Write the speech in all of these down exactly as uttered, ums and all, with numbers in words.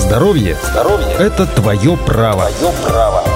Здоровье, Здоровье – это твое право. Твое право.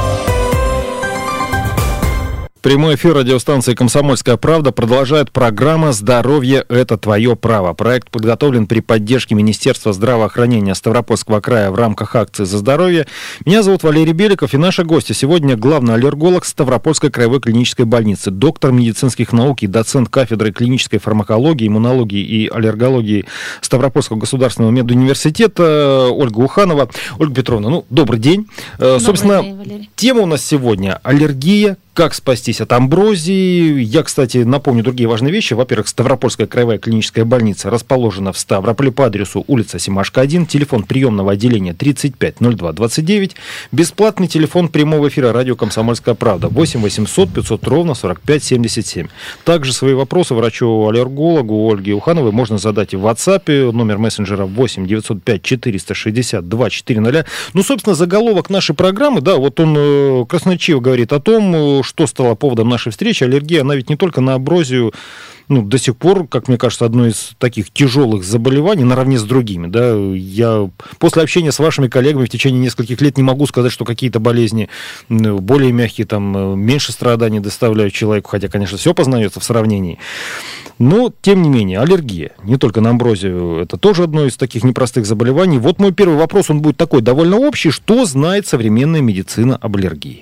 Прямой эфир радиостанции «Комсомольская правда» продолжает программа «Здоровье – это твое право». Проект подготовлен при поддержке Министерства здравоохранения Ставропольского края в рамках акции «За здоровье». Меня зовут Валерий Беликов, и наши гости сегодня главный аллерголог Ставропольской краевой клинической больницы, доктор медицинских наук и доцент кафедры клинической фармакологии, иммунологии и аллергологии Ставропольского государственного медуниверситета Ольга Уханова. Ольга Петровна, ну, добрый день. Добрый Собственно, день, Валерий. Тема у нас сегодня – аллергия. Как спастись от амброзии? Я, кстати, напомню другие важные вещи. Во-первых, Ставропольская краевая клиническая больница расположена в Ставрополе по адресу улица Семашко, один, телефон приемного отделения тридцать пять ноль два двадцать девять, бесплатный телефон прямого эфира радио «Комсомольская правда» восемь восемьсот пятьсот ровно сорок пять семьдесят семь. Также свои вопросы врачу-аллергологу Ольге Ухановой можно задать и в WhatsApp, номер мессенджера восемь девятьсот пять четыреста шестьдесят два четыреста. Ну, собственно, заголовок нашей программы, да, вот он красноречиво говорит о том, что стало поводом нашей встречи. Аллергия, она ведь не только на амброзию, ну, до сих пор, как мне кажется, одно из таких тяжелых заболеваний, наравне с другими, да. Я после общения с вашими коллегами в течение нескольких лет не могу сказать, что какие-то болезни более мягкие, там, меньше страданий доставляют человеку, хотя, конечно, все познается в сравнении. Но, тем не менее, аллергия, не только на амброзию, это тоже одно из таких непростых заболеваний. Вот мой первый вопрос, он будет такой, довольно общий. Что знает современная медицина об аллергии?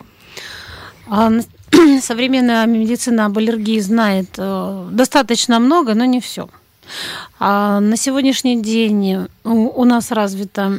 Современная медицина об аллергии знает э, достаточно много, но не все. А на сегодняшний день у, у нас развита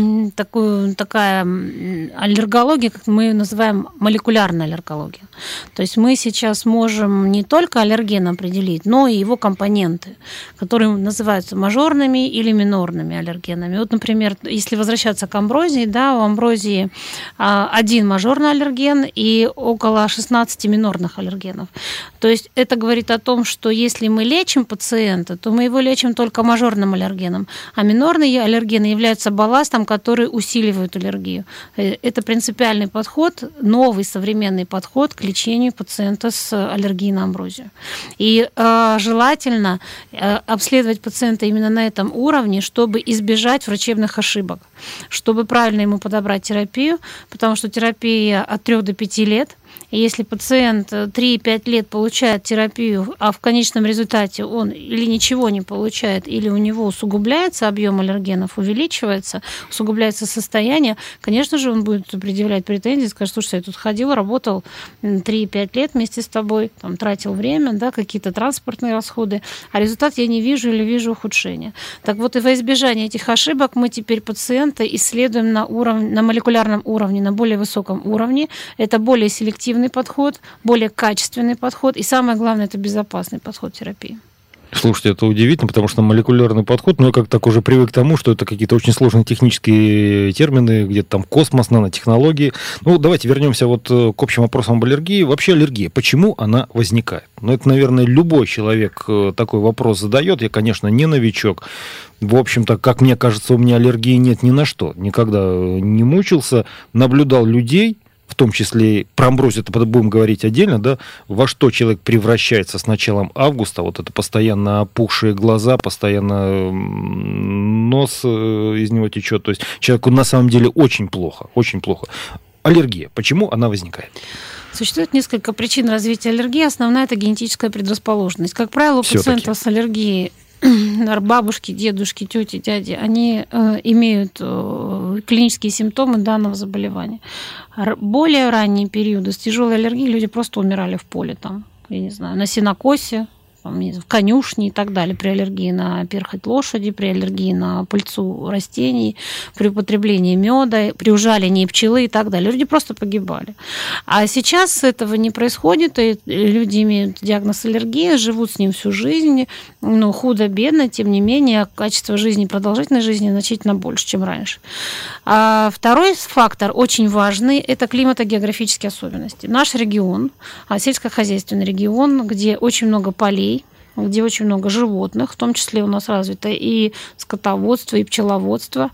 такую, такая аллергология, как мы ее называем, молекулярная аллергология. То есть мы сейчас можем не только аллерген определить, но и его компоненты, которые называются мажорными или минорными аллергенами. Вот, например, если возвращаться к амброзии, да, у амброзии один мажорный аллерген и около шестнадцать минорных аллергенов. То есть это говорит о том, что если мы лечим пациента, то мы его лечим только мажорным аллергеном, а минорные аллергены являются балластом, который усиливает аллергию. Это принципиальный подход, новый современный подход к лечению пациента с аллергией на амброзию. И э, желательно э, обследовать пациента именно на этом уровне, чтобы избежать врачебных ошибок, чтобы правильно ему подобрать терапию, потому что терапия от трёх до пяти лет. И если пациент три-пять лет получает терапию, а в конечном результате он или ничего не получает, или у него усугубляется объем аллергенов, увеличивается, усугубляется состояние, конечно же, он будет предъявлять претензии, скажет: слушай, я тут ходил, работал три-пять лет вместе с тобой, там, тратил время, да, какие-то транспортные расходы, а результат я не вижу или вижу ухудшение. Так вот, и во избежание этих ошибок мы теперь пациента исследуем на, уровне, на молекулярном уровне, на более высоком уровне. Это более селективный подход, более качественный подход, и самое главное, это безопасный подход терапии. Слушайте, это удивительно, потому что молекулярный подход, ну, я как-то так уже привык к тому, что это какие-то очень сложные технические термины, где-то там космос, нанотехнологии. Ну, давайте вернемся вот к общим вопросам об аллергии. Вообще аллергия, почему она возникает? Ну, это, наверное, любой человек такой вопрос задает. Я, конечно, не новичок. В общем-то, как мне кажется, у меня аллергии нет ни на что. Никогда не мучился, наблюдал людей, в том числе про амброзию, это будем говорить отдельно, да, во что человек превращается с началом августа, вот это постоянно опухшие глаза, постоянно нос из него течет, то есть человеку на самом деле очень плохо, очень плохо. Аллергия, почему она возникает? Существует несколько причин развития аллергии. Основная – это генетическая предрасположенность. Как правило, у пациентов с аллергией бабушки, дедушки, тети, дяди, они э, имеют э, клинические симптомы данного заболевания. Р- более ранние периоды с тяжелой аллергией люди просто умирали в поле, там, я не знаю, на сенокосе, в конюшне и так далее, при аллергии на перхоть лошади, при аллергии на пыльцу растений, при употреблении меда, при ужалении пчелы и так далее. Люди просто погибали. А сейчас этого не происходит, и люди имеют диагноз аллергии, живут с ним всю жизнь, ну, худо-бедно, тем не менее, качество жизни, продолжительность жизни значительно больше, чем раньше. А второй фактор, очень важный, это климато-географические особенности. Наш регион, сельскохозяйственный регион, где очень много полей, где очень много животных, в том числе у нас развито и скотоводство, и пчеловодство.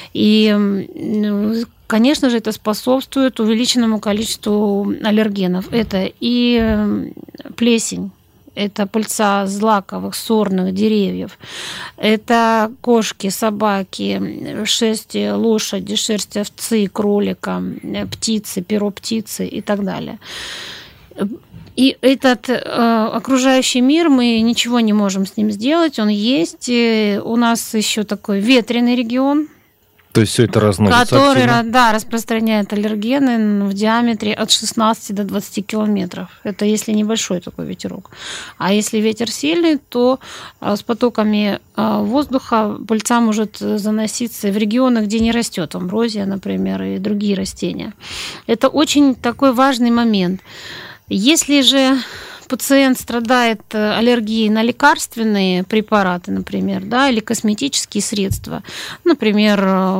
И, конечно же, это способствует увеличенному количеству аллергенов. Это и плесень, это пыльца злаковых сорных деревьев, это кошки, собаки, шерсть лошади, шерсть овцы, кролика, птицы, перо птицы и так далее. И этот э, окружающий мир, мы ничего не можем с ним сделать, он есть. И у нас еще такой ветреный регион, то есть все это разносится который активно? Да, распространяет аллергены в диаметре от шестнадцати до двадцати километров. Это если небольшой такой ветерок. А если ветер сильный, то с потоками воздуха пыльца может заноситься в регионы, где не растет амброзия, например, и другие растения. Это очень такой важный момент. Если же пациент страдает аллергией на лекарственные препараты, например, да, или косметические средства, например,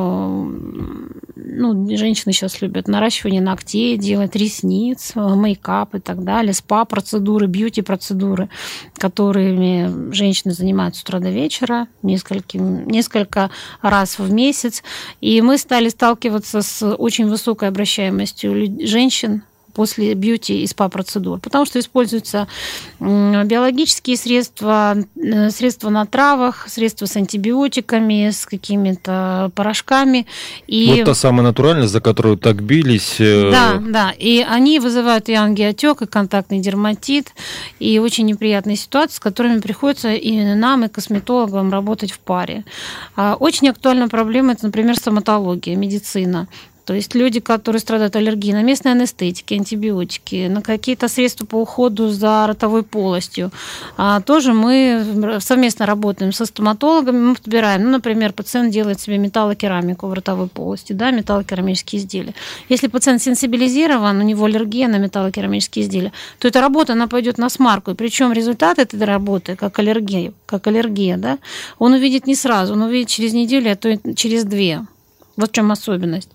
ну, женщины сейчас любят наращивание ногтей, делать ресниц, мейкап и так далее, спа-процедуры, бьюти-процедуры, которыми женщины занимаются с утра до вечера, несколько, несколько раз в месяц. И мы стали сталкиваться с очень высокой обращаемостью женщин после бьюти и спа-процедур, потому что используются биологические средства, средства на травах, средства с антибиотиками, с какими-то порошками. И... Вот та самая натуральность, за которую так бились. Да, да, и они вызывают и ангиотек, и контактный дерматит, и очень неприятные ситуации, с которыми приходится и нам, и косметологам работать в паре. Очень актуальна проблема, это, например, стоматология, медицина. То есть люди, которые страдают аллергией на местные анестетики, антибиотики, на какие-то средства по уходу за ротовой полостью, а тоже мы совместно работаем со стоматологами, мы подбираем, ну, например, пациент делает себе металлокерамику в ротовой полости, да, металлокерамические изделия. Если пациент сенсибилизирован, у него аллергия на металлокерамические изделия, то эта работа, она пойдет на смарку, и причем результат этой работы, как аллергия, как аллергия, да, он увидит не сразу, он увидит через неделю, а то и через две. Вот в чем особенность.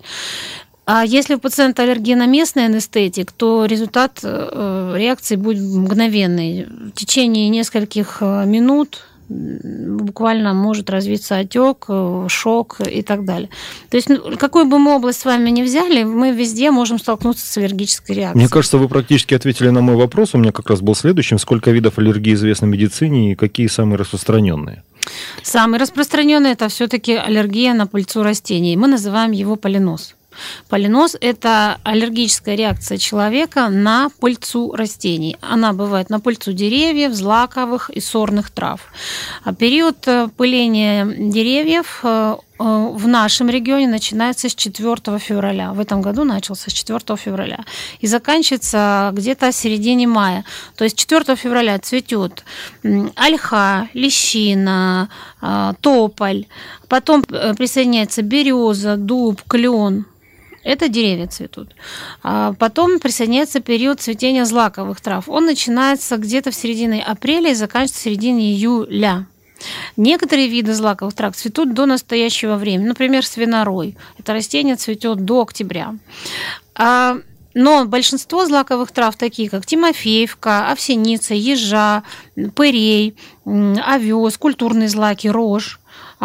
А если у пациента аллергия на местный анестетик, то результат реакции будет мгновенный. В течение нескольких минут буквально может развиться отек, шок и так далее. То есть какую бы мы область с вами ни взяли, мы везде можем столкнуться с аллергической реакцией. Мне кажется, вы практически ответили на мой вопрос. У меня как раз был следующим. Сколько видов аллергии известно в медицине и какие самые распространенные? Самый распространенный – это все-таки аллергия на пыльцу растений. Мы называем его полиноз. Полиноз – это аллергическая реакция человека на пыльцу растений. Она бывает на пыльцу деревьев, злаковых и сорных трав. А период пыления деревьев в нашем регионе начинается с четвёртого февраля. В этом году начался с четвёртого февраля и заканчивается где-то в середине мая. То есть четвёртого февраля цветет ольха, лещина, тополь. Потом присоединяется береза, дуб, клен. Это деревья цветут. А потом присоединяется период цветения злаковых трав. Он начинается где-то в середине апреля и заканчивается в середине июля. Некоторые виды злаковых трав цветут до настоящего времени. Например, свинорой. Это растение цветет до октября. Но большинство злаковых трав, такие как тимофеевка, овсяница, ежа, пырей, овес, культурные злаки, рожь,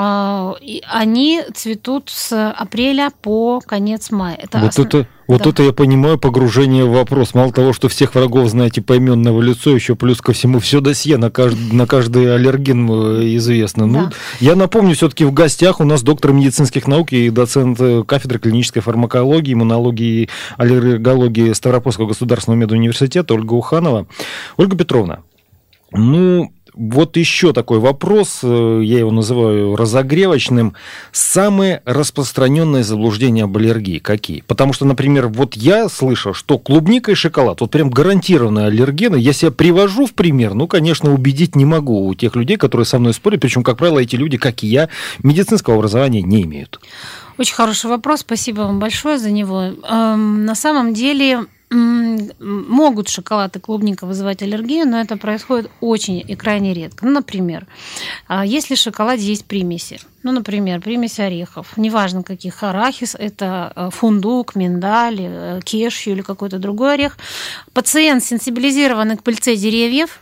они цветут с апреля по конец мая. Это вот основ... это, вот да. это я понимаю погружение в вопрос. Мало того, что всех врагов знаете поименно в лицо, еще плюс ко всему все досье на каждый, на каждый аллерген известно. Да. Ну, я напомню, все-таки в гостях у нас доктор медицинских наук и доцент кафедры клинической фармакологии, иммунологии и аллергологии Ставропольского государственного медуниверситета Ольга Уханова. Ольга Петровна, ну... Вот еще такой вопрос, я его называю разогревочным. Самые распространенные заблуждения об аллергии какие? Потому что, например, вот я слышал, что клубника и шоколад, вот прям гарантированные аллергены. Я себя привожу в пример, ну, конечно, убедить не могу у тех людей, которые со мной спорят. Причем, как правило, эти люди, как и я, медицинского образования не имеют. Очень хороший вопрос, спасибо вам большое за него. На самом деле... Могут шоколад и клубника вызывать аллергию, но это происходит очень и крайне редко. Ну, например, если в шоколаде есть примеси, ну, например, примесь орехов, неважно каких, арахис, это фундук, миндаль, кешью или какой-то другой орех, пациент, сенсибилизированный к пыльце деревьев,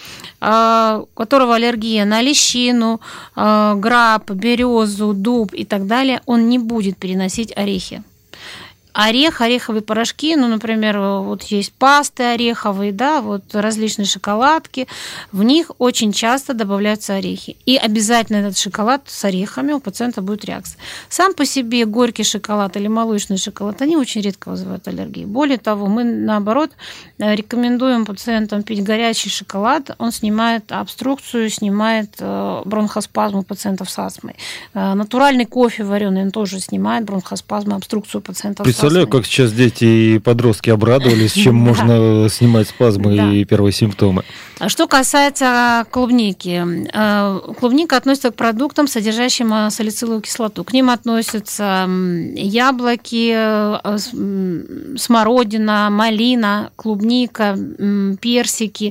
у которого аллергия на лещину, граб, березу, дуб и так далее, он не будет переносить орехи. орех, ореховые порошки, ну, например, вот есть пасты ореховые, да, вот различные шоколадки, в них очень часто добавляются орехи. И обязательно этот шоколад с орехами у пациента будет реакция. Сам по себе горький шоколад или молочный шоколад, они очень редко вызывают аллергии. Более того, мы, наоборот, рекомендуем пациентам пить горячий шоколад, он снимает обструкцию, снимает бронхоспазм у пациентов с астмой. Натуральный кофе вареный, он тоже снимает бронхоспазм, обструкцию у пациентов с астмой. Представляю, как сейчас дети и подростки обрадовались, чем можно снимать спазмы и первые симптомы. Что касается клубники. Клубника относится к продуктам, содержащим салициловую кислоту. К ним относятся яблоки, смородина, малина, клубника, персики,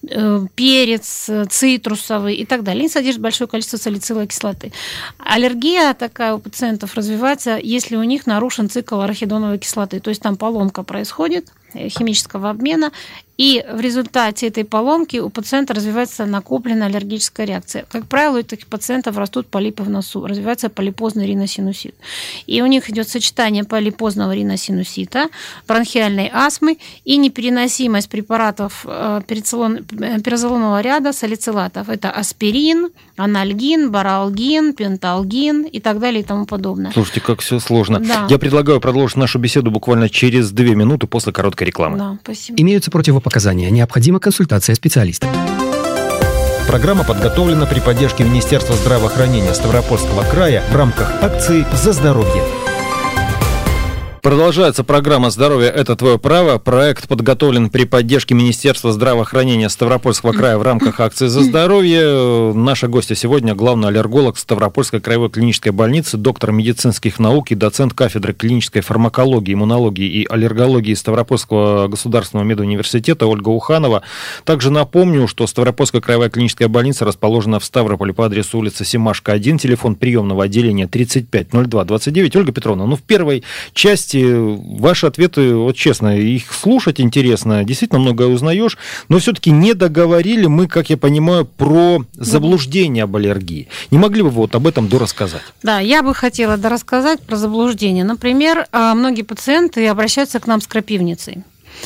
перец цитрусовый и так далее. Они содержат большое количество салициловой кислоты. Аллергия такая у пациентов развивается, если у них нарушен цикл арахидоновой кислоты. То есть там поломка происходит химического обмена, и в результате этой поломки у пациента развивается накопленная аллергическая реакция. Как правило, у таких пациентов растут полипы в носу, развивается полипозный риносинусит. И у них идет сочетание полипозного риносинусита, бронхиальной астмы и непереносимость препаратов пирозолонового ряда салицилатов. Это аспирин, анальгин, баралгин, пенталгин и так далее и тому подобное. Слушайте, как все сложно. Да. Я предлагаю продолжить нашу беседу буквально через две минуты после короткой рекламы. Да, спасибо. Имеются противопоказания. Необходима консультация специалиста. Программа подготовлена при поддержке Министерства здравоохранения Ставропольского края в рамках акции «За здоровье». Продолжается программа «Здоровье – это твое право». Проект подготовлен при поддержке Министерства здравоохранения Ставропольского края в рамках акции «За здоровье». Наша гостья сегодня – главный аллерголог Ставропольской краевой клинической больницы, доктор медицинских наук и доцент кафедры клинической фармакологии, иммунологии и аллергологии Ставропольского государственного медуниверситета Ольга Уханова. Также напомню, что Ставропольская краевая клиническая больница расположена в Ставрополе по адресу улица Семашко, один, телефон приемного отделения тридцать пять ноль два двадцать девять. Ольга Петровна, ну в первой части ваши ответы, вот честно, их слушать интересно, действительно многое узнаешь, но все-таки не договорили мы, как я понимаю, про заблуждение об аллергии. Не могли бы вы вот об этом дорассказать? Да, я бы хотела дорассказать про заблуждение. Например, многие пациенты обращаются к нам с крапивницей.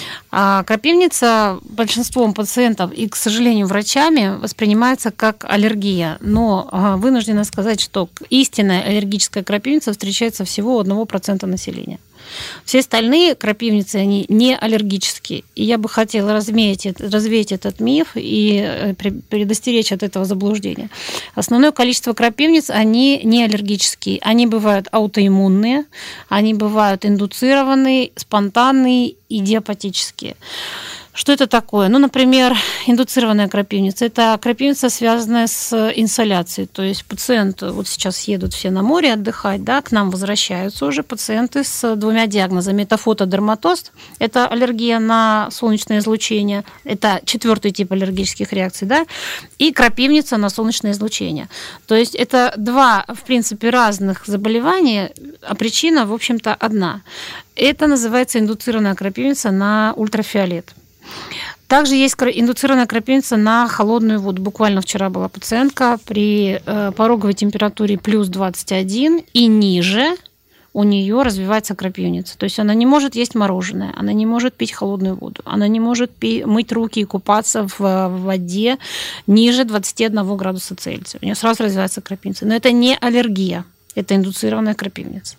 А крапивница большинством пациентов и, к сожалению, врачами воспринимается как аллергия. Но вынуждена сказать, что истинная аллергическая крапивница встречается всего у одного процента населения. Все остальные крапивницы, они не аллергические. И я бы хотела развеять, развеять этот миф и предостеречь от этого заблуждения. Основное количество крапивниц, они не аллергические. Они бывают аутоиммунные, они бывают индуцированные, спонтанные, идиопатические. Что это такое? Ну, например, индуцированная крапивница. Это крапивница, связанная с инсоляцией. То есть пациенты, вот сейчас едут все на море отдыхать, да, к нам возвращаются уже пациенты с двумя диагнозами. Это фотодерматоз, это аллергия на солнечное излучение, это четвертый тип аллергических реакций, да, и крапивница на солнечное излучение. То есть это два, в принципе, разных заболевания, а причина, в общем-то, одна. Это называется индуцированная крапивница на ультрафиолет. Также есть индуцированная крапивница на холодную воду. Буквально вчера была пациентка при пороговой температуре плюс двадцать один и ниже у нее развивается крапивница. То есть она не может есть мороженое, она не может пить холодную воду, она не может пить, мыть руки и купаться в воде ниже двадцать один градуса Цельсия. У нее сразу развивается крапивница. Но это не аллергия. Это индуцированная крапивница.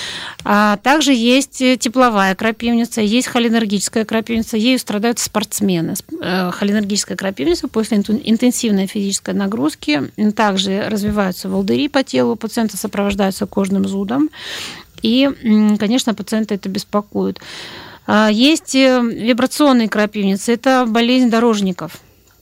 А также есть тепловая крапивница, есть холинергическая крапивница. Ею страдают спортсмены. Холинергическая крапивница после интенсивной физической нагрузки. Также развиваются волдыри по телу, пациенты сопровождаются кожным зудом. И, конечно, пациенты это беспокоит. Есть вибрационные крапивницы. Это болезнь дорожников.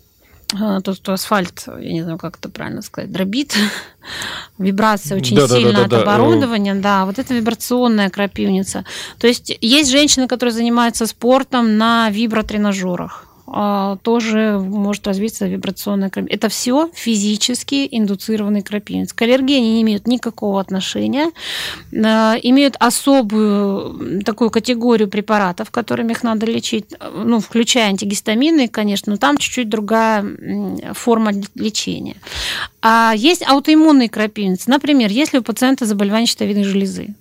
То, что асфальт, я не знаю, как это правильно сказать, дробит, вибрация очень да, сильно да, да, от да, оборудования, да. да, вот это вибрационная крапивница. То есть есть женщины, которые занимаются спортом на вибротренажерах, тоже может развиться вибрационная крапивница. Это все физически индуцированные крапивницы. К аллергии они не имеют никакого отношения, имеют особую такую категорию препаратов, которыми их надо лечить, ну, включая антигистамины, конечно, но там чуть-чуть другая форма лечения. А есть аутоиммунные крапивницы. Например, если у пациента заболевание щитовидной железы.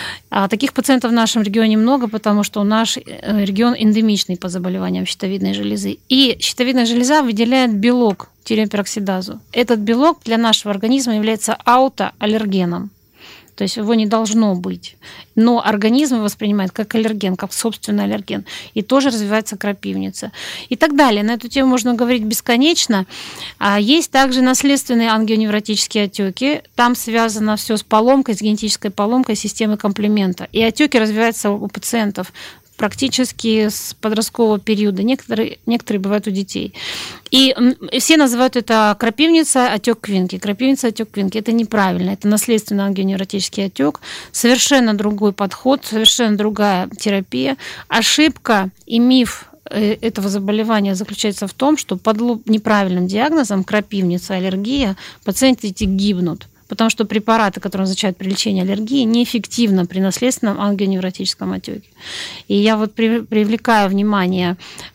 А таких пациентов в нашем регионе много, потому что наш регион эндемичный по заболеваниям щитовидной железы. И щитовидная железа выделяет белок тиреопероксидазу. Этот белок для нашего организма является аутоаллергеном. То есть его не должно быть. Но организм его воспринимает как аллерген, как собственный аллерген. И тоже развивается крапивница. И так далее. На эту тему можно говорить бесконечно. А есть также наследственные ангионевротические отеки. Там связано все с поломкой, с генетической поломкой системы комплемента. И отеки развиваются у пациентов практически с подросткового периода. Некоторые, некоторые бывают у детей. И все называют это крапивница, отек Квинки. Крапивница, отек Квинки. Это неправильно. Это наследственный ангионевротический отек. Совершенно другой подход, совершенно другая терапия. Ошибка и миф этого заболевания заключается в том, что под неправильным диагнозом крапивница, аллергия, пациенты эти гибнут. Потому что препараты, которые назначают при лечении аллергии, неэффективны при наследственном ангионевротическом отеке. И я вот привлекаю внимание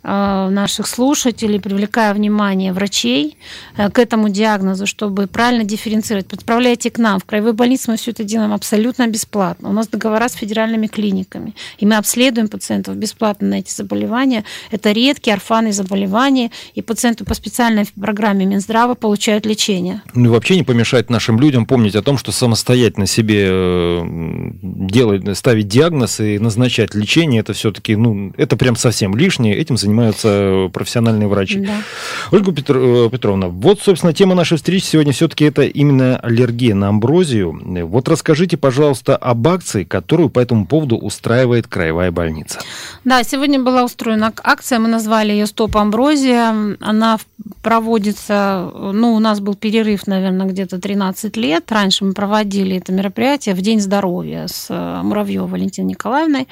наших слушателей, привлекаю внимание врачей к этому диагнозу, чтобы правильно дифференцировать. Отправляйте к нам. В краевой больнице мы все это делаем абсолютно бесплатно. У нас договора с федеральными клиниками. И мы обследуем пациентов бесплатно на эти заболевания. Это редкие орфанные заболевания. И пациенты по специальной программе Минздрава получают лечение. Ну и вообще не помешает нашим людям помнить о том, что самостоятельно себе делать, ставить диагноз и назначать лечение, это все-таки, ну, это прям совсем лишнее, этим занимаются профессиональные врачи. Да. Ольга Петр, Петровна, вот, собственно, тема нашей встречи сегодня все-таки это именно аллергия на амброзию. Вот расскажите, пожалуйста, об акции, которую по этому поводу устраивает краевая больница. Да, сегодня была устроена акция, мы назвали ее «Стоп Амброзия». Она проводится, ну, у нас был перерыв, наверное, где-то тринадцать лет. Раньше мы проводили это мероприятие в День здоровья с Муравьевой Валентиной Николаевной,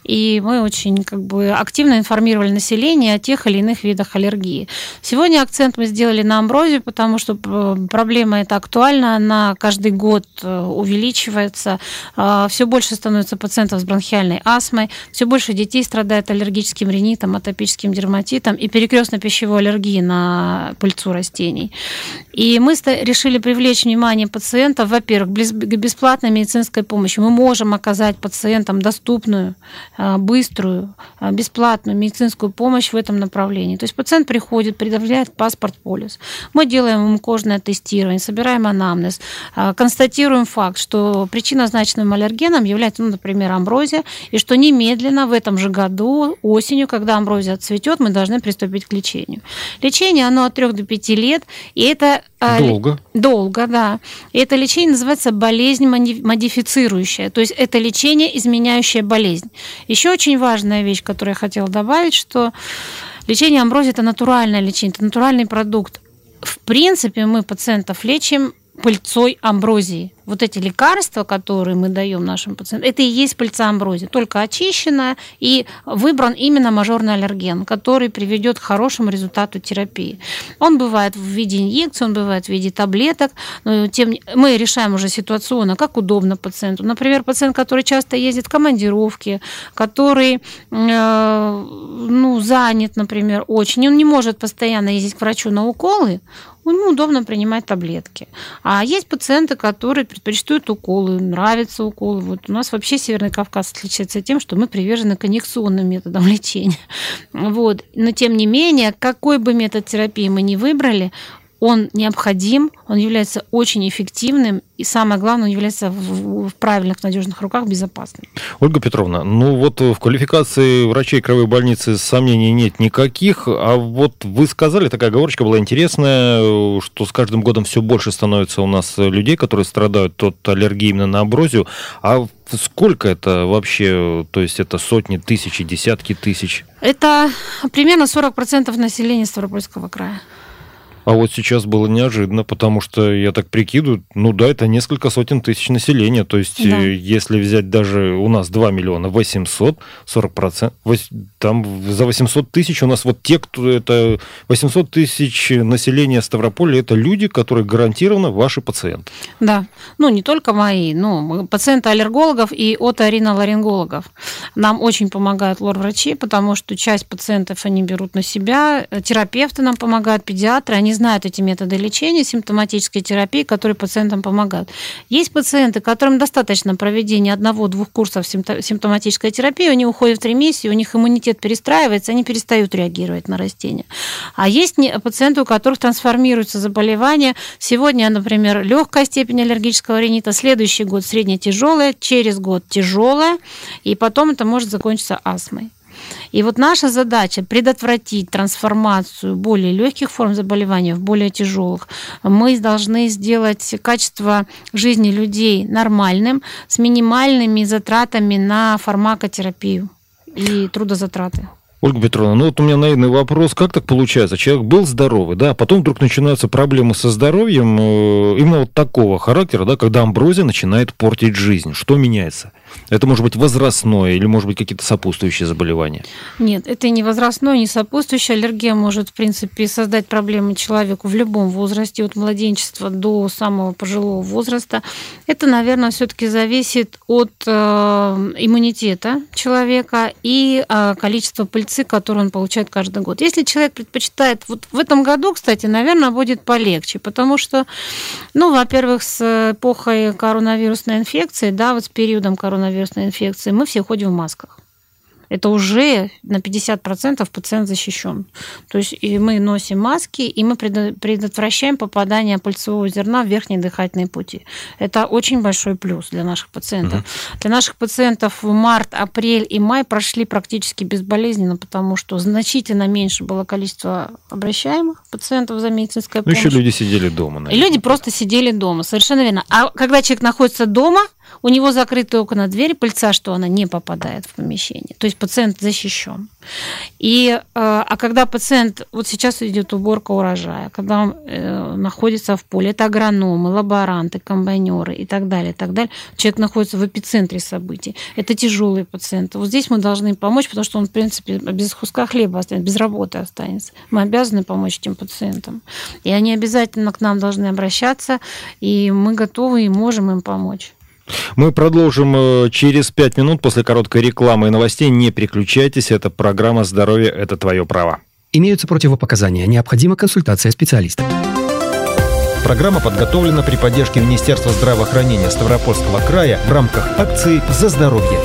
и мы очень как бы активно информировали население о тех или иных видах аллергии. Сегодня акцент мы сделали на амброзию, потому что проблема эта актуальна, она каждый год увеличивается, все больше становится пациентов с бронхиальной астмой, все больше детей страдает аллергическим ринитом, атопическим дерматитом и перекрестно-пищевой аллергией на пыльцу растений. И мы решили привлечь внимание пациентов, во-первых, бесплатной медицинской помощи. Мы можем оказать пациентам доступную, быструю, бесплатную медицинскую помощь в этом направлении. То есть пациент приходит, предъявляет паспорт-полис. Мы делаем ему кожное тестирование, собираем анамнез, констатируем факт, что причинозначным аллергеном является, ну, например, амброзия, и что немедленно в этом же году, осенью, когда амброзия отцветет, мы должны приступить к лечению. Лечение, оно от трёх до пяти лет, и это... Долго. Долго, да. И это лечение называется болезнь модифицирующая, то есть это лечение, изменяющее болезнь. Еще очень важная вещь, которую я хотела добавить, что лечение амброзии – это натуральное лечение, это натуральный продукт. В принципе, мы пациентов лечим пыльцой амброзии. Вот эти лекарства, которые мы даем нашим пациентам, это и есть пыльца амброзии, только очищенная, и выбран именно мажорный аллерген, который приведет к хорошему результату терапии. Он бывает в виде инъекций, он бывает в виде таблеток, но тем мы решаем уже ситуационно, как удобно пациенту. Например, пациент, который часто ездит в командировки, который э, ну, занят, например, очень, он не может постоянно ездить к врачу на уколы, ему удобно принимать таблетки. А есть пациенты, которые предпочитают уколы, нравятся уколы. Вот у нас вообще Северный Кавказ отличается тем, что мы привержены к инъекционным методам лечения. Вот. Но тем не менее, какой бы метод терапии мы ни выбрали, он необходим, он является очень эффективным, и самое главное, он является в, в правильных, надежных руках безопасным. Ольга Петровна, ну вот в квалификации врачей краевой больницы сомнений нет никаких, а вот вы сказали, такая оговорочка была интересная, что с каждым годом все больше становится у нас людей, которые страдают от аллергии именно на амброзию, а сколько это вообще, то есть это сотни, тысячи, десятки тысяч? Это примерно сорок процентов населения Ставропольского края. А вот сейчас было неожиданно, потому что, я так прикидываю, ну да, это несколько сотен тысяч населения. То есть, да. Если взять даже у нас два миллиона восемьсот, сорок процентов, там за восемьсот тысяч у нас вот те, кто это... восемьсот тысяч населения Ставрополя, это люди, которые гарантированно ваши пациенты. Да, ну не только мои, но пациенты аллергологов и оториноларингологов. Нам очень помогают лор-врачи, потому что часть пациентов они берут на себя, терапевты нам помогают, педиатры, они знают эти методы лечения, симптоматической терапии, которые пациентам помогают. Есть пациенты, которым достаточно проведения одного-двух курсов симптоматической терапии, они уходят в ремиссию, у них иммунитет перестраивается, они перестают реагировать на растения. А есть пациенты, у которых трансформируются заболевания. Сегодня, например, легкая степень аллергического ринита, следующий год средне-тяжелая, через год тяжелая, и потом это может закончиться астмой. И вот наша задача предотвратить трансформацию более легких форм заболевания в более тяжелых. Мы должны сделать качество жизни людей нормальным, с минимальными затратами на фармакотерапию и трудозатраты. Ольга Петровна, ну вот у меня наивный вопрос. Как так получается? Человек был здоровый, да, а потом вдруг начинаются проблемы со здоровьем именно вот такого характера, да, когда амброзия начинает портить жизнь. Что меняется? Это может быть возрастное или, может быть, какие-то сопутствующие заболевания? Нет, это не возрастное, не сопутствующее. Аллергия может, в принципе, создать проблемы человеку в любом возрасте, от младенчества до самого пожилого возраста. Это, наверное, все-таки зависит от э, иммунитета человека и э, количества пыльцы, которую он получает каждый год. Если человек предпочитает... Вот в этом году, кстати, наверное, будет полегче, потому что, ну, во-первых, с эпохой коронавирусной инфекции, да, вот с периодом коронавирусной коронавирусной инфекции, мы все ходим в масках. Это уже на пятьдесят процентов пациент защищен. То есть и мы носим маски, и мы предотвращаем попадание пыльцевого зерна в верхние дыхательные пути. Это очень большой плюс для наших пациентов. Угу. Для наших пациентов март, апрель и май прошли практически безболезненно, потому что значительно меньше было количество обращаемых пациентов за медицинской помощью. Ну, еще люди сидели дома. Наверное. И люди просто сидели дома, совершенно верно. А когда человек находится дома, у него закрыты окна, двери, пыльца, что она не попадает в помещение. То есть пациент защищен. И, а когда пациент, вот сейчас идет уборка урожая, когда он э, находится в поле, это агрономы, лаборанты, комбайнеры и так далее, и так далее. Человек находится в эпицентре событий. Это тяжелые пациенты. Вот здесь мы должны помочь, потому что он, в принципе, без куска хлеба останется, без работы останется. Мы обязаны помочь этим пациентам. И они обязательно к нам должны обращаться, и мы готовы и можем им помочь. Мы продолжим через пять минут после короткой рекламы и новостей. Не переключайтесь, это программа «Здоровье – это твое право». Имеются противопоказания, необходима консультация специалиста. Программа подготовлена при поддержке Министерства здравоохранения Ставропольского края в рамках акции «За здоровье».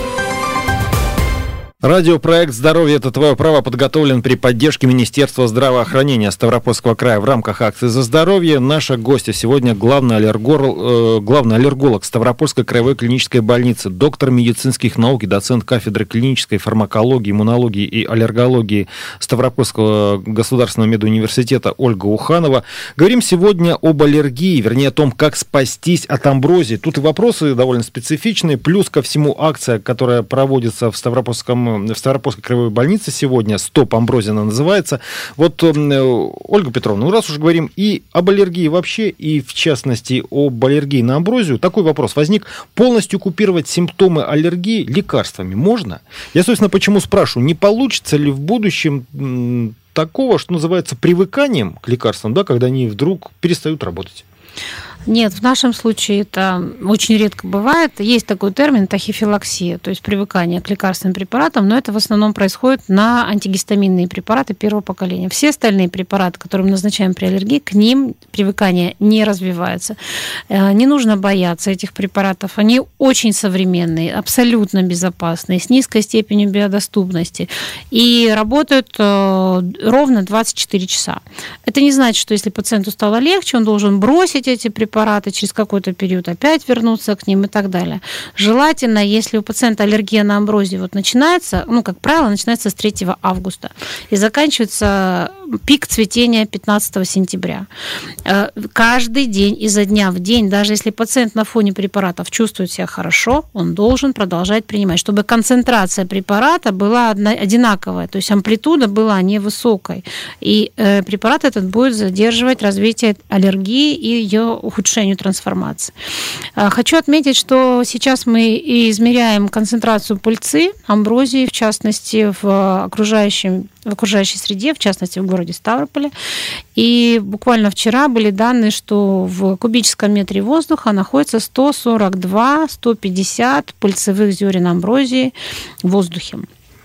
Радиопроект «Здоровье – это твое право» подготовлен при поддержке Министерства здравоохранения Ставропольского края в рамках акции «За здоровье». Наша гостья сегодня главный аллерголог, э, главный аллерголог Ставропольской краевой клинической больницы, доктор медицинских наук и доцент кафедры клинической фармакологии, иммунологии и аллергологии Ставропольского государственного медуниверситета Ольга Уханова. Говорим сегодня об аллергии, вернее о том, как спастись от амброзии. Тут и вопросы довольно специфичные, плюс ко всему акция, которая проводится в Ставропольском в Ставропольской краевой больнице сегодня, «Стоп амброзия» она называется. Вот, Ольга Петровна, ну раз уж говорим и об аллергии вообще, и в частности об аллергии на амброзию, такой вопрос возник. Полностью купировать симптомы аллергии лекарствами можно? Я, собственно, почему спрашиваю, не получится ли в будущем такого, что называется, привыканием к лекарствам, да, когда они вдруг перестают работать? Нет, в нашем случае это очень редко бывает. Есть такой термин тахифилаксия, то есть привыкание к лекарственным препаратам, но это в основном происходит на антигистаминные препараты первого поколения. Все остальные препараты, которые мы назначаем при аллергии, к ним привыкание не развивается. Не нужно бояться этих препаратов. Они очень современные, абсолютно безопасные, с низкой степенью биодоступности и работают ровно двадцать четыре часа. Это не значит, что если пациенту стало легче, он должен бросить эти препараты, препараты, через какой-то период опять вернуться к ним и так далее. Желательно, если у пациента аллергия на амброзию вот начинается, ну, как правило, начинается с третьего августа и заканчивается пик цветения пятнадцатого сентября. Каждый день, изо дня в день, даже если пациент на фоне препаратов чувствует себя хорошо, он должен продолжать принимать, чтобы концентрация препарата была одинаковая, то есть амплитуда была невысокой. И препарат этот будет задерживать развитие аллергии и ее ухудшение. ухудшению трансформации. Хочу отметить, что сейчас мы измеряем концентрацию пыльцы, амброзии, в частности, в, окружающем, в окружающей среде, в частности, в городе Ставрополе. И буквально вчера были данные, что в кубическом метре воздуха находится сто сорок два - сто пятьдесят пыльцевых зерен амброзии в воздухе.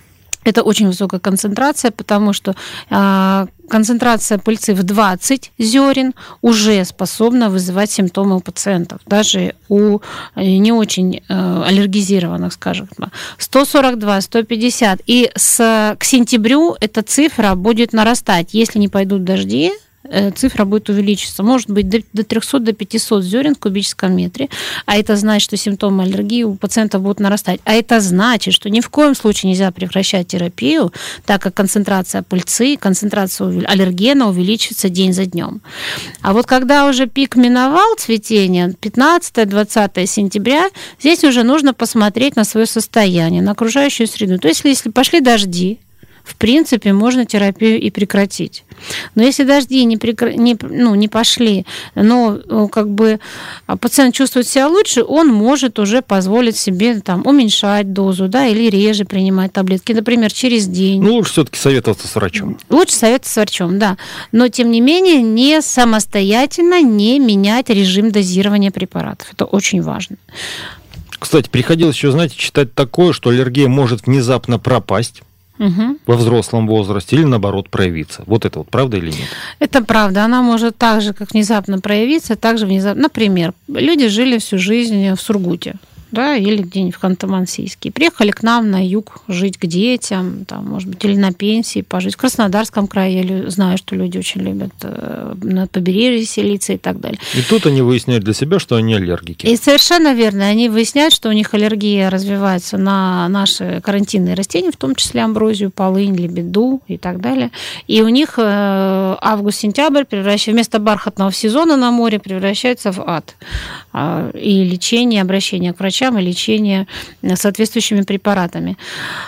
Это очень высокая концентрация, потому что э, концентрация пыльцы в двадцать зерен уже способна вызывать симптомы у пациентов, даже у не очень э, аллергизированных, скажем. сто сорок два - сто пятьдесят. И с, к сентябрю эта цифра будет нарастать. Если не пойдут дожди, цифра будет увеличиться. Может быть, до трехсот, до пятисот зерен в кубическом метре. А это значит, что симптомы аллергии у пациента будут нарастать. А это значит, что ни в коем случае нельзя прекращать терапию, так как концентрация пыльцы, концентрация аллергена увеличивается день за днем. А вот когда уже пик миновал цветения, пятнадцатое-двадцатое сентября, здесь уже нужно посмотреть на свое состояние, на окружающую среду. То есть, если пошли дожди, в принципе, можно терапию и прекратить. Но если дожди не, прекр... не, ну, не пошли, но как бы пациент чувствует себя лучше, он может уже позволить себе там, уменьшать дозу, да, или реже принимать таблетки, например, через день. Ну, лучше все-таки советоваться с врачом. Лучше советоваться с врачом, да. Но, тем не менее, не самостоятельно не менять режим дозирования препаратов. Это очень важно. Кстати, приходилось еще, знаете, читать такое, что аллергия может внезапно пропасть. Угу. Во взрослом возрасте или, наоборот, проявиться. Вот это вот правда или нет? Это правда. Она может так же, как внезапно проявиться, так же внезапно. Например, люди жили всю жизнь в Сургуте, да, или где-нибудь в Ханты-Мансийске. Приехали к нам на юг жить к детям, там, может быть, или на пенсии пожить. В Краснодарском крае я знаю, что люди очень любят на побережье селиться и так далее. И тут они выясняют для себя, что они аллергики. И совершенно верно. Они выясняют, что у них аллергия развивается на наши карантинные растения, в том числе амброзию, полынь, лебеду и так далее. И у них август-сентябрь превращается, вместо бархатного сезона на море превращается в ад. И лечение, обращение к врачу, и лечение соответствующими препаратами.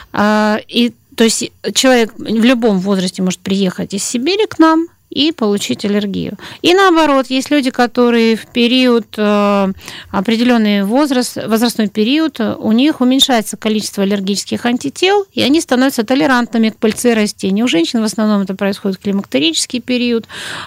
И, то есть человек в любом возрасте может приехать из Сибири к нам и получить аллергию. И наоборот, есть люди, которые в период, определенный возраст, возрастной период, у них уменьшается количество аллергических антител, и они становятся толерантными к пыльце растений. У женщин в основном это происходит в климактерический период,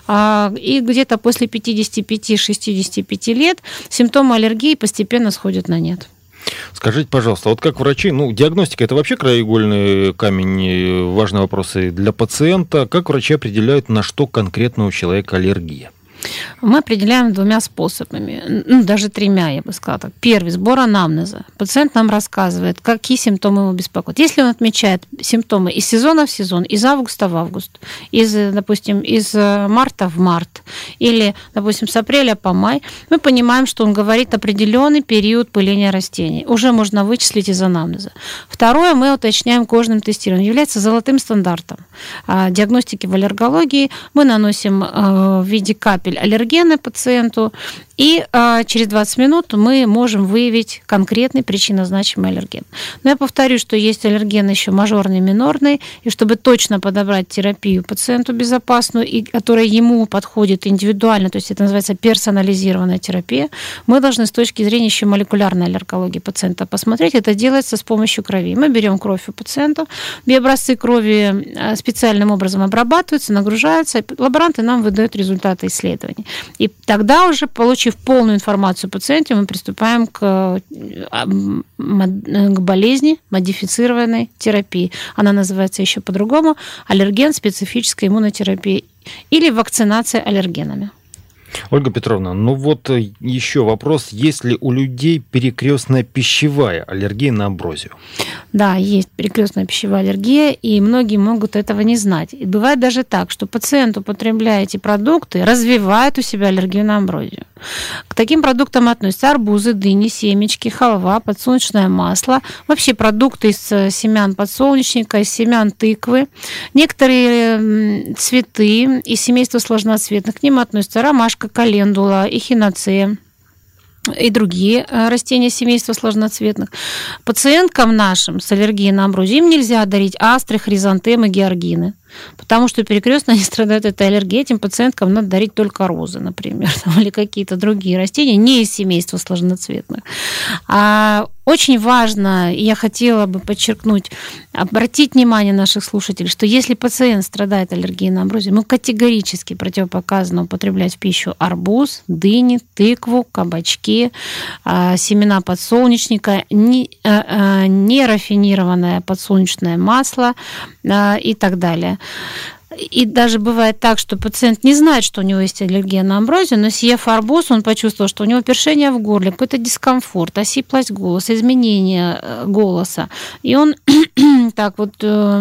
и где-то после пятидесяти пяти - шестидесяти пяти лет симптомы аллергии постепенно сходят на нет. Скажите, пожалуйста, вот как врачи, ну, диагностика – это вообще краеугольный камень, важный вопрос и для пациента. Как врачи определяют, на что конкретно у человека аллергия? Мы определяем двумя способами, ну, даже тремя, я бы сказала так. Первый – сбор анамнеза. Пациент нам рассказывает, какие симптомы его беспокоят. Если он отмечает симптомы из сезона в сезон, из августа в август, из, допустим, из марта в март, или, допустим, с апреля по май, мы понимаем, что он говорит определенный период пыления растений. Уже можно вычислить из анамнеза. Второе, мы уточняем кожным тестированием. Является золотым стандартом диагностики в аллергологии. Мы наносим в виде капель аллергены пациенту, и а, через двадцать минут мы можем выявить конкретный причинозначимый аллерген. Но я повторю, что есть аллерген еще мажорный, минорный, и чтобы точно подобрать терапию пациенту безопасную, и которая ему подходит индивидуально, то есть это называется персонализированная терапия, мы должны с точки зрения еще молекулярной аллергологии пациента посмотреть. Это делается с помощью крови. Мы берем кровь у пациента, биообразцы крови специальным образом обрабатываются, нагружаются, и лаборанты нам выдают результаты исследований. И тогда уже, получив полную информацию о пациенте, мы приступаем к, к болезни модифицированной терапии. Она называется еще по-другому аллерген специфической иммунотерапии или вакцинация аллергенами. Ольга Петровна, ну вот еще вопрос, есть ли у людей перекрестная пищевая аллергия на амброзию? Да, есть перекрестная пищевая аллергия, и многие могут этого не знать. И бывает даже так, что пациент, употребляя эти продукты, развивает у себя аллергию на амброзию. К таким продуктам относятся арбузы, дыни, семечки, халва, подсолнечное масло, вообще продукты из семян подсолнечника, из семян тыквы, некоторые цветы из семейства сложноцветных, к ним относятся ромашка, календула, эхиноцея и другие растения семейства сложноцветных. Пациенткам нашим с аллергией на амброзию им нельзя дарить астры, хризантемы, георгины. Потому что перекрестно они страдают этой аллергией. Этим пациенткам надо дарить только розы, например, там, или какие-то другие растения, не из семейства сложноцветных. А очень важно, и я хотела бы подчеркнуть, обратить внимание наших слушателей, что если пациент страдает аллергией на амброзию, ему категорически противопоказано употреблять в пищу арбуз, дыни, тыкву, кабачки, семена подсолнечника, нерафинированное подсолнечное масло и так далее. И даже бывает так, что пациент не знает, что у него есть аллергия на амброзию, но съев арбуз, он почувствовал, что у него першение в горле, какой-то дискомфорт, осиплость голоса, изменение голоса. И он так вот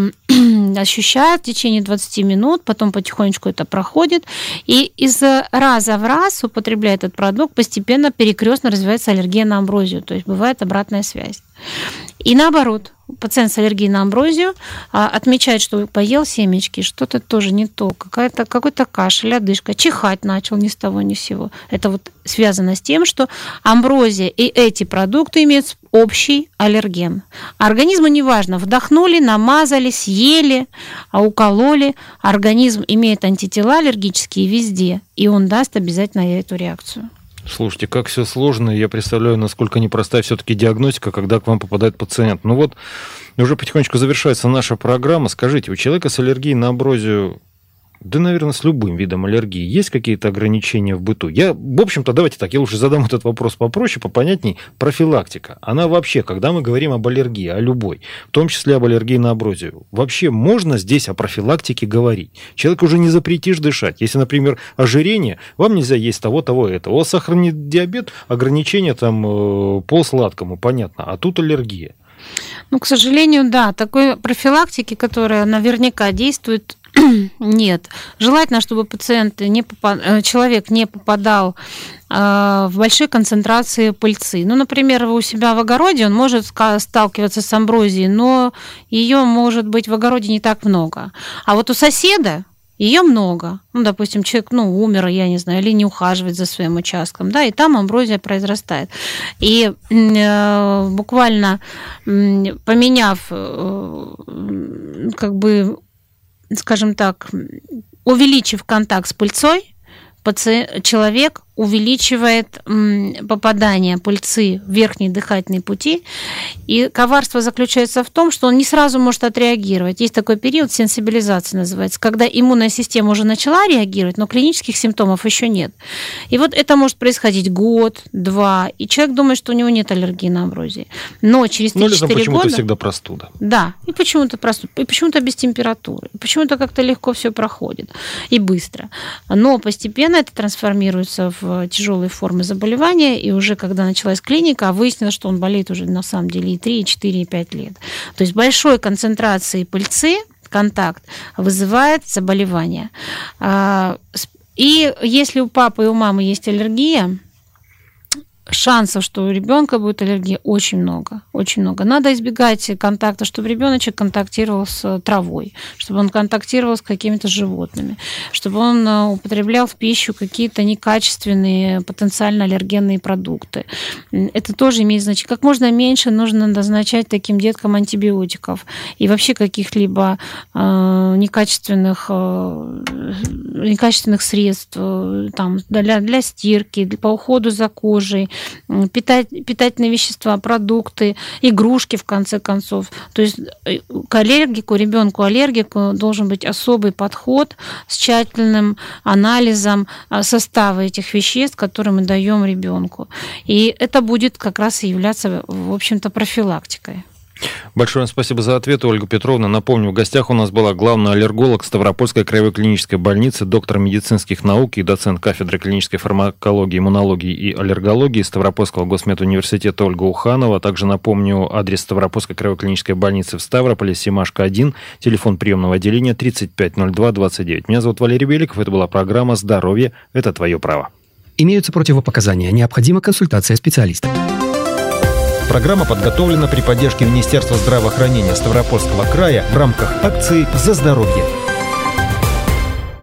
ощущает в течение двадцати минут, потом потихонечку это проходит, и из раза в раз, употребляя этот продукт, постепенно перекрестно развивается аллергия на амброзию, то есть бывает обратная связь. И наоборот, пациент с аллергией на амброзию отмечает, что поел семечки, что-то тоже не то, какая-то, какой-то кашель, одышка, чихать начал ни с того ни с сего. Это вот связано с тем, что амброзия и эти продукты имеют общий аллерген. Организму не важно, вдохнули, намазали, съели, укололи. Организм имеет антитела аллергические везде, и он даст обязательно эту реакцию. Слушайте, как все сложно, я представляю, насколько непростая все-таки диагностика, когда к вам попадает пациент. Ну вот, уже потихонечку завершается наша программа. Скажите, у человека с аллергией на амброзию, да, наверное, с любым видом аллергии, есть какие-то ограничения в быту? Я, в общем-то, давайте так, я лучше задам этот вопрос попроще, попонятней. Профилактика, она вообще, когда мы говорим об аллергии, о любой, в том числе об аллергии на амброзию, вообще можно здесь о профилактике говорить? Человеку уже не запретишь дышать. Если, например, ожирение, вам нельзя есть того, того, этого. У вас сахарный диабет, ограничения там по сладкому, понятно, а тут аллергия. Ну, к сожалению, да, такой профилактики, которая наверняка действует, нет. Желательно, чтобы пациент не попад... человек не попадал в большие концентрации пыльцы. Ну, например, у себя в огороде он может сталкиваться с амброзией, но ее может быть в огороде не так много. А вот у соседа ее много. Ну, допустим, человек, ну, умер, я не знаю, или не ухаживает за своим участком, да, и там амброзия произрастает. И э, буквально э, поменяв, э, как бы, скажем так, увеличив контакт с пыльцой, паци... человек увеличивает попадание пыльцы в верхние дыхательные пути. И коварство заключается в том, что он не сразу может отреагировать. Есть такой период, сенсибилизация называется, когда иммунная система уже начала реагировать, но клинических симптомов еще нет. И вот это может происходить год, два, и человек думает, что у него нет аллергии на амброзию. Но через три-четыре года... Ну, или почему-то всегда простуда. Да, и почему-то простуда, и почему-то без температуры, и почему-то как-то легко все проходит, и быстро. Но постепенно это трансформируется в тяжелые формы заболевания, и уже когда началась клиника, выяснилось, что он болеет уже на самом деле и три, и четыре, и пять лет. То есть большой концентрации пыльцы контакт вызывает заболевание. И если у папы и у мамы есть аллергия, шансов, что у ребенка будет аллергия, очень много, очень много. Надо избегать контакта, чтобы ребеночек контактировал с травой, чтобы он контактировал с какими-то животными, чтобы он употреблял в пищу какие-то некачественные, потенциально аллергенные продукты. Это тоже имеет значение. Как можно меньше нужно назначать таким деткам антибиотиков и вообще каких-либо э, некачественных, э, некачественных средств там, для, для стирки, по уходу за кожей, питательные вещества, продукты, игрушки, в конце концов. То есть к аллергику, ребенку аллергику должен быть особый подход с тщательным анализом состава этих веществ, которые мы даем ребенку. И это будет как раз и являться, в общем-то, профилактикой. Большое вам спасибо за ответ, Ольга Петровна. Напомню, в гостях у нас была главный аллерголог Ставропольской краевой клинической больницы, доктор медицинских наук и доцент кафедры клинической фармакологии, иммунологии и аллергологии Ставропольского госмедуниверситета Ольга Уханова. Также напомню, адрес Ставропольской краевой клинической больницы в Ставрополе, Семашко один, телефон приемного отделения тридцать пять ноль два двадцать девять. Меня зовут Валерий Беликов, это была программа «Здоровье – это твое право». Имеются противопоказания, необходима консультация специалиста. Программа подготовлена при поддержке Министерства здравоохранения Ставропольского края в рамках акции «За здоровье».